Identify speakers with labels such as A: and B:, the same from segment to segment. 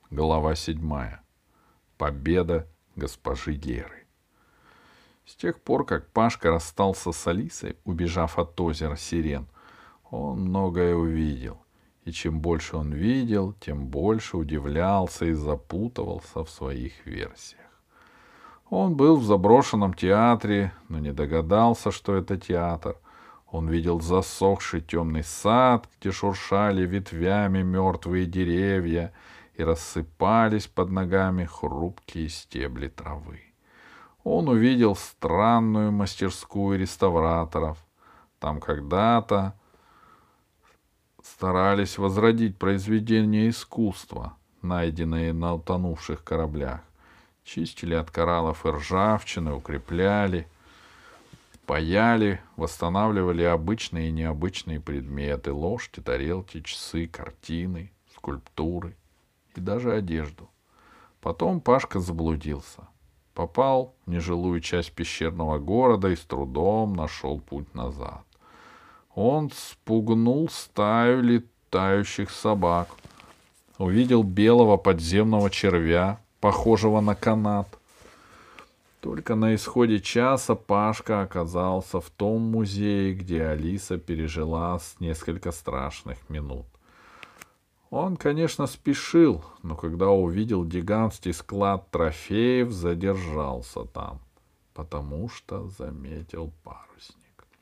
A: Глава 7. Победа госпожи Геры. С тех пор, как Пашка расстался с Алисой, убежав от озера Сирен, он многое увидел. И чем больше он видел, тем больше удивлялся и запутывался в своих версиях. Он был в заброшенном театре, но не догадался, что это театр. Он видел засохший темный сад, где шуршали ветвями мертвые деревья и рассыпались под ногами хрупкие стебли травы. Он увидел странную мастерскую реставраторов. Там когда-то старались возродить произведения искусства, найденные на утонувших кораблях. Чистили от кораллов и ржавчины, укрепляли, паяли, восстанавливали обычные и необычные предметы: ложки, тарелки, часы, картины, скульптуры и даже одежду. Потом Пашка заблудился. Попал в нежилую часть пещерного города и с трудом нашел путь назад. Он спугнул стаю летающих собак, увидел белого подземного червя, похожего на канат. Только на исходе часа Пашка оказался в том музее, где Алиса пережила несколько страшных минут. Он, конечно, спешил, но когда увидел гигантский склад трофеев, задержался там, потому что заметил парусник.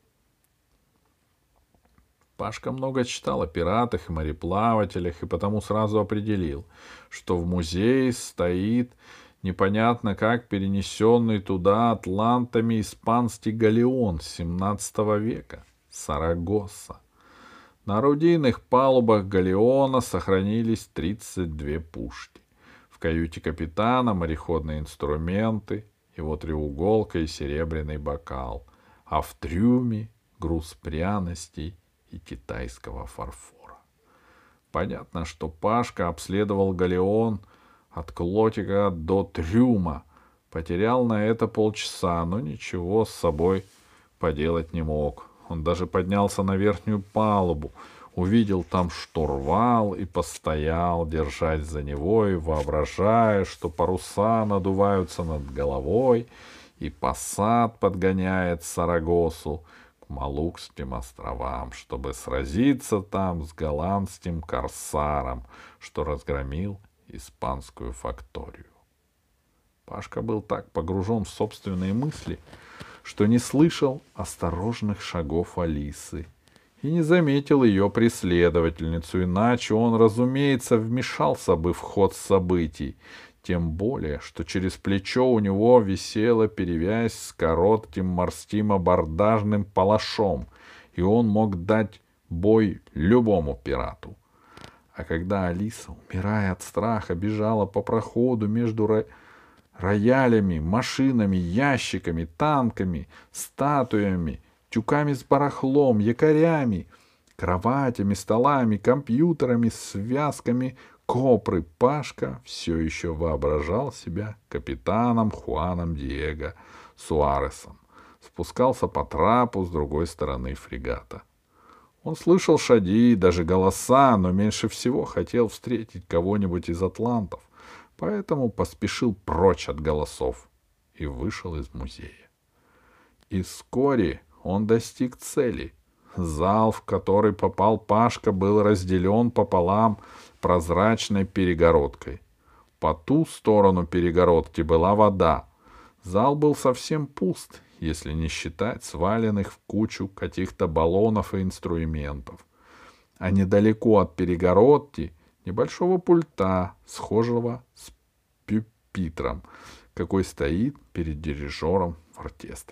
A: Пашка много читал о пиратах и мореплавателях, и потому сразу определил, что в музее стоит непонятно как перенесенный туда атлантами испанский галеон XVII века — Сарагоса. На орудийных палубах галеона сохранились 32 пушки. В каюте капитана мореходные инструменты, его треуголка и серебряный бокал, а в трюме груз пряностей и китайского фарфора. Понятно, что Пашка обследовал галеон от клотика до трюма, потерял на это полчаса, но ничего с собой поделать не мог. Он даже поднялся на верхнюю палубу, увидел там штурвал и постоял, держась за него и воображая, что паруса надуваются над головой, и посад подгоняет Сарагосу к Малукским островам, чтобы сразиться там с голландским корсаром, что разгромил испанскую факторию. Пашка был так погружен в собственные мысли, что не слышал осторожных шагов Алисы и не заметил ее преследовательницу, иначе он, разумеется, вмешался бы в ход событий, тем более, что через плечо у него висела перевязь с коротким морским абордажным палашом, и он мог дать бой любому пирату. А когда Алиса, умирая от страха, бежала по проходу между роялями, машинами, ящиками, танками, статуями, тюками с барахлом, якорями, кроватями, столами, компьютерами, связками копры, Пашка все еще воображал себя капитаном Хуаном Диего Суаресом. Спускался по трапу с другой стороны фрегата. Он слышал шаги, даже голоса, но меньше всего хотел встретить кого-нибудь из атлантов, поэтому поспешил прочь от голосов и вышел из музея. И вскоре он достиг цели. Зал, в который попал Пашка, был разделен пополам прозрачной перегородкой. По ту сторону перегородки была вода. Зал был совсем пуст, если не считать сваленных в кучу каких-то баллонов и инструментов. А недалеко от перегородки небольшого пульта, схожего с пюпитром, какой стоит перед дирижером в оркестре.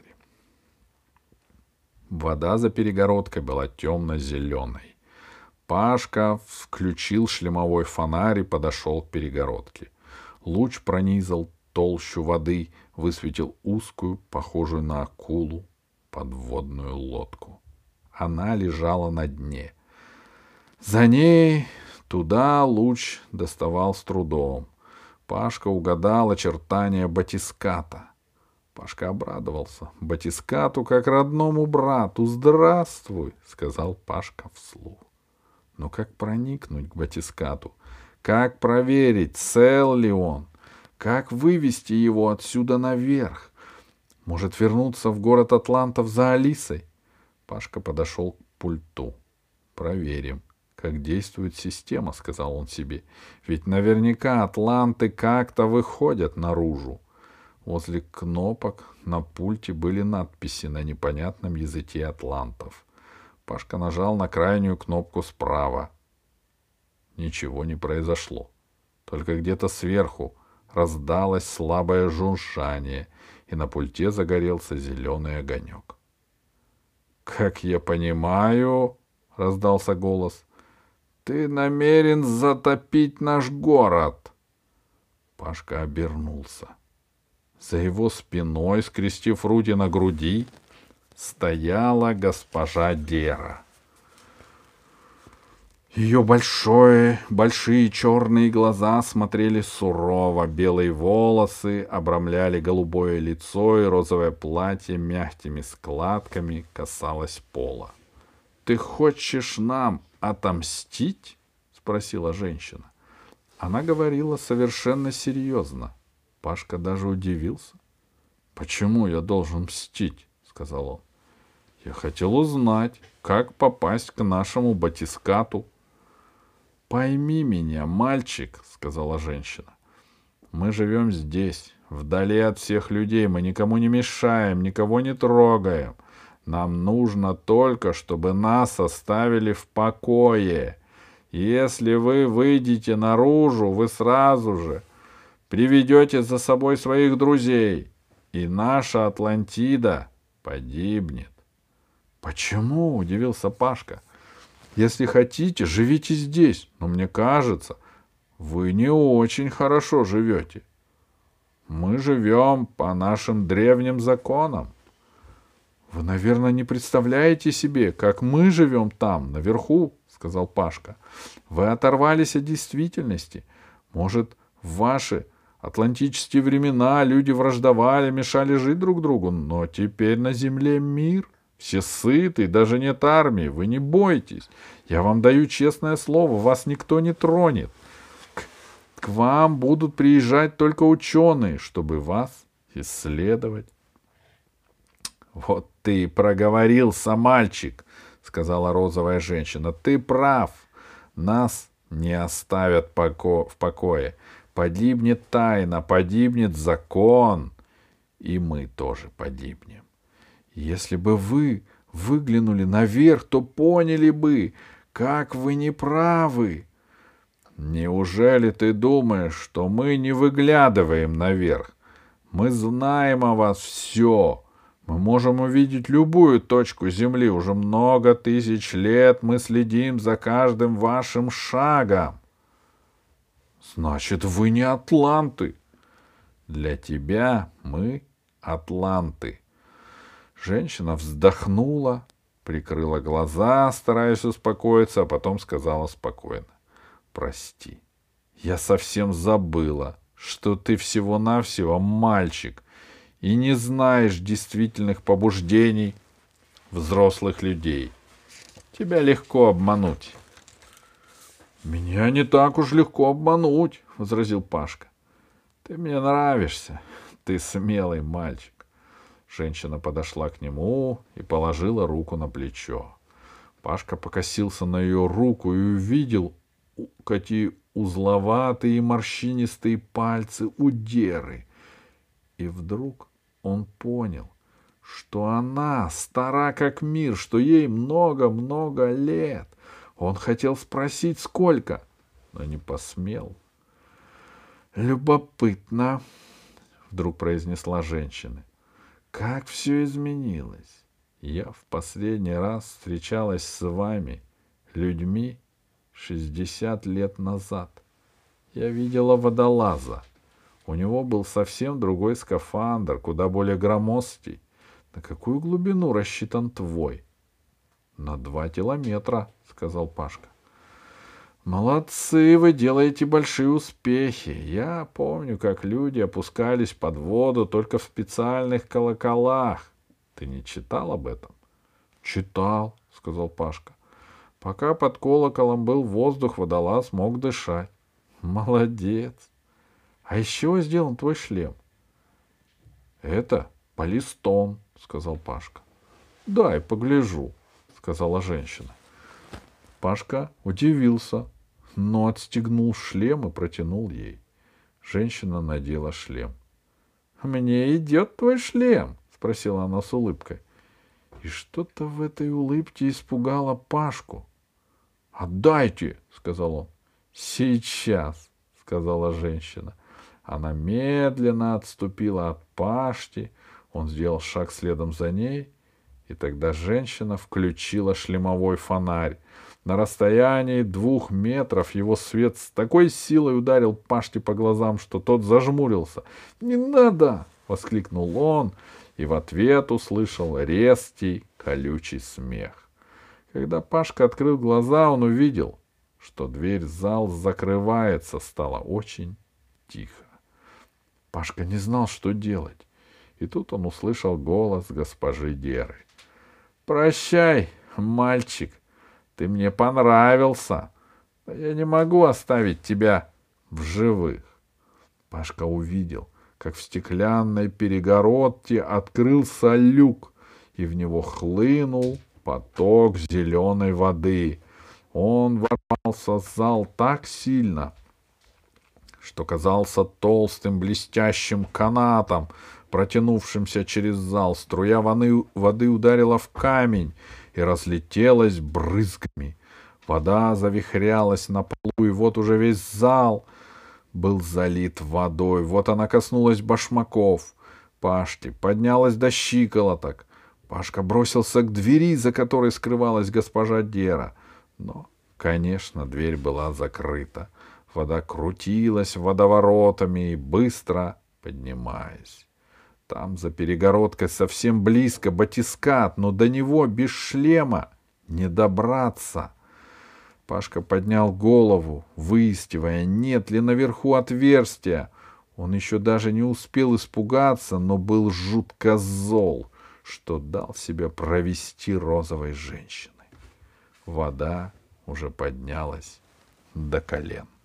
A: Вода за перегородкой была темно-зеленой. Пашка включил шлемовой фонарь и подошел к перегородке. Луч пронизал толщу воды, высветил узкую, похожую на акулу, подводную лодку. Она лежала на дне. За ней туда луч доставал с трудом. Пашка угадал очертания батиската. Пашка обрадовался. Батискату как родному брату. «Здравствуй», — сказал Пашка вслух. Но как проникнуть к батискату? Как проверить, цел ли он? Как вывести его отсюда наверх? Может, вернуться в город Атлантов за Алисой? Пашка подошел к пульту. Проверим, как действует система, сказал он себе. Ведь наверняка атланты как-то выходят наружу. Возле кнопок на пульте были надписи на непонятном языке атлантов. Пашка нажал на крайнюю кнопку справа. Ничего не произошло. Только где-то сверху раздалось слабое жужжание, и на пульте загорелся зеленый огонек. «Как я понимаю, — раздался голос, — ты намерен затопить наш город!» Пашка обернулся. За его спиной, скрестив руки на груди, стояла госпожа Дера. Ее большие черные глаза смотрели сурово, белые волосы обрамляли голубое лицо, и розовое платье мягкими складками касалось пола. — Ты хочешь нам отомстить? — спросила женщина. Она говорила совершенно серьезно. Пашка даже удивился. — Почему я должен мстить? — сказал он. — Я хотел узнать, как попасть к нашему батискату. — Пойми меня, мальчик, — сказала женщина. — Мы живем здесь, вдали от всех людей. Мы никому не мешаем, никого не трогаем. Нам нужно только, чтобы нас оставили в покое. Если вы выйдете наружу, вы сразу же приведете за собой своих друзей, и наша Атлантида погибнет. — Почему? — удивился Пашка. — Если хотите, живите здесь, но мне кажется, вы не очень хорошо живете. Мы живем по нашим древним законам. Вы, наверное, не представляете себе, как мы живем там, наверху, — сказал Пашка. Вы оторвались от действительности. Может, в ваши атлантические времена люди враждовали, мешали жить друг другу, но теперь на земле мир. Все сыты, даже нет армии. Вы не бойтесь. Я вам даю честное слово, вас никто не тронет. К вам будут приезжать только ученые, чтобы вас исследовать. — Вот ты и проговорился, мальчик, — сказала розовая женщина. — Ты прав. Нас не оставят в покое. Погибнет тайна, погибнет закон, и мы тоже погибнем. Если бы вы выглянули наверх, то поняли бы, как вы неправы. Неужели ты думаешь, что мы не выглядываем наверх? Мы знаем о вас все. Мы можем увидеть любую точку земли. Уже много тысяч лет мы следим за каждым вашим шагом. Значит, вы не атланты. Для тебя мы атланты. Женщина вздохнула, прикрыла глаза, стараясь успокоиться, а потом сказала спокойно. — Прости, я совсем забыла, что ты всего-навсего мальчик и не знаешь действительных побуждений взрослых людей. Тебя легко обмануть. — Меня не так уж легко обмануть, — возразил Пашка. — Ты мне нравишься, ты смелый мальчик. Женщина подошла к нему и положила руку на плечо. Пашка покосился на ее руку и увидел, какие узловатые и морщинистые пальцы у Деры. И вдруг он понял, что она стара как мир, что ей много-много лет. Он хотел спросить, сколько, но не посмел. «Любопытно», — вдруг произнесла женщина. Как все изменилось. Я в последний раз встречалась с вами, людьми, 60 лет назад. Я видела водолаза. У него был совсем другой скафандр, куда более громоздкий. На какую глубину рассчитан твой? — На 2 километра, — сказал Пашка. — Молодцы, вы делаете большие успехи. Я помню, как люди опускались под воду только в специальных колоколах. Ты не читал об этом? — Читал, — сказал Пашка. Пока под колоколом был воздух, водолаз мог дышать. Молодец. А из чего сделан твой шлем? Это полистон, сказал Пашка. Дай погляжу, сказала женщина. Пашка удивился, но отстегнул шлем и протянул ей. Женщина надела шлем. — Мне идет твой шлем? — спросила она с улыбкой. И что-то в этой улыбке испугало Пашку. — Отдайте, — сказал он. — Сейчас, — сказала женщина. Она медленно отступила от Пашки. Он сделал шаг следом за ней, и тогда женщина включила шлемовой фонарь. На расстоянии 2 метров его свет с такой силой ударил Пашке по глазам, что тот зажмурился. «Не надо!» — воскликнул он, и в ответ услышал резкий, колючий смех. Когда Пашка открыл глаза, он увидел, что дверь в зал закрывается, стало очень тихо. Пашка не знал, что делать, и тут он услышал голос госпожи Деры. «Прощай, мальчик, ты мне понравился, но я не могу оставить тебя в живых». Пашка увидел, как в стеклянной перегородке открылся люк, и в него хлынул поток зеленой воды. Он ворвался в зал так сильно, что казался толстым блестящим канатом, протянувшимся через зал. Струя воды ударила в камень и разлетелась брызгами. Вода завихрялась на полу, и вот уже весь зал был залит водой. Вот она коснулась башмаков Пашки, поднялась до щиколоток. Пашка бросился к двери, за которой скрывалась госпожа Дера. Но, конечно, дверь была закрыта. Вода крутилась водоворотами и быстро поднимаясь. Там за перегородкой совсем близко батискаф, но до него без шлема не добраться. Пашка поднял голову, выискивая, нет ли наверху отверстия. Он еще даже не успел испугаться, но был жутко зол, что дал себя провести розовой женщиной. Вода уже поднялась до колен.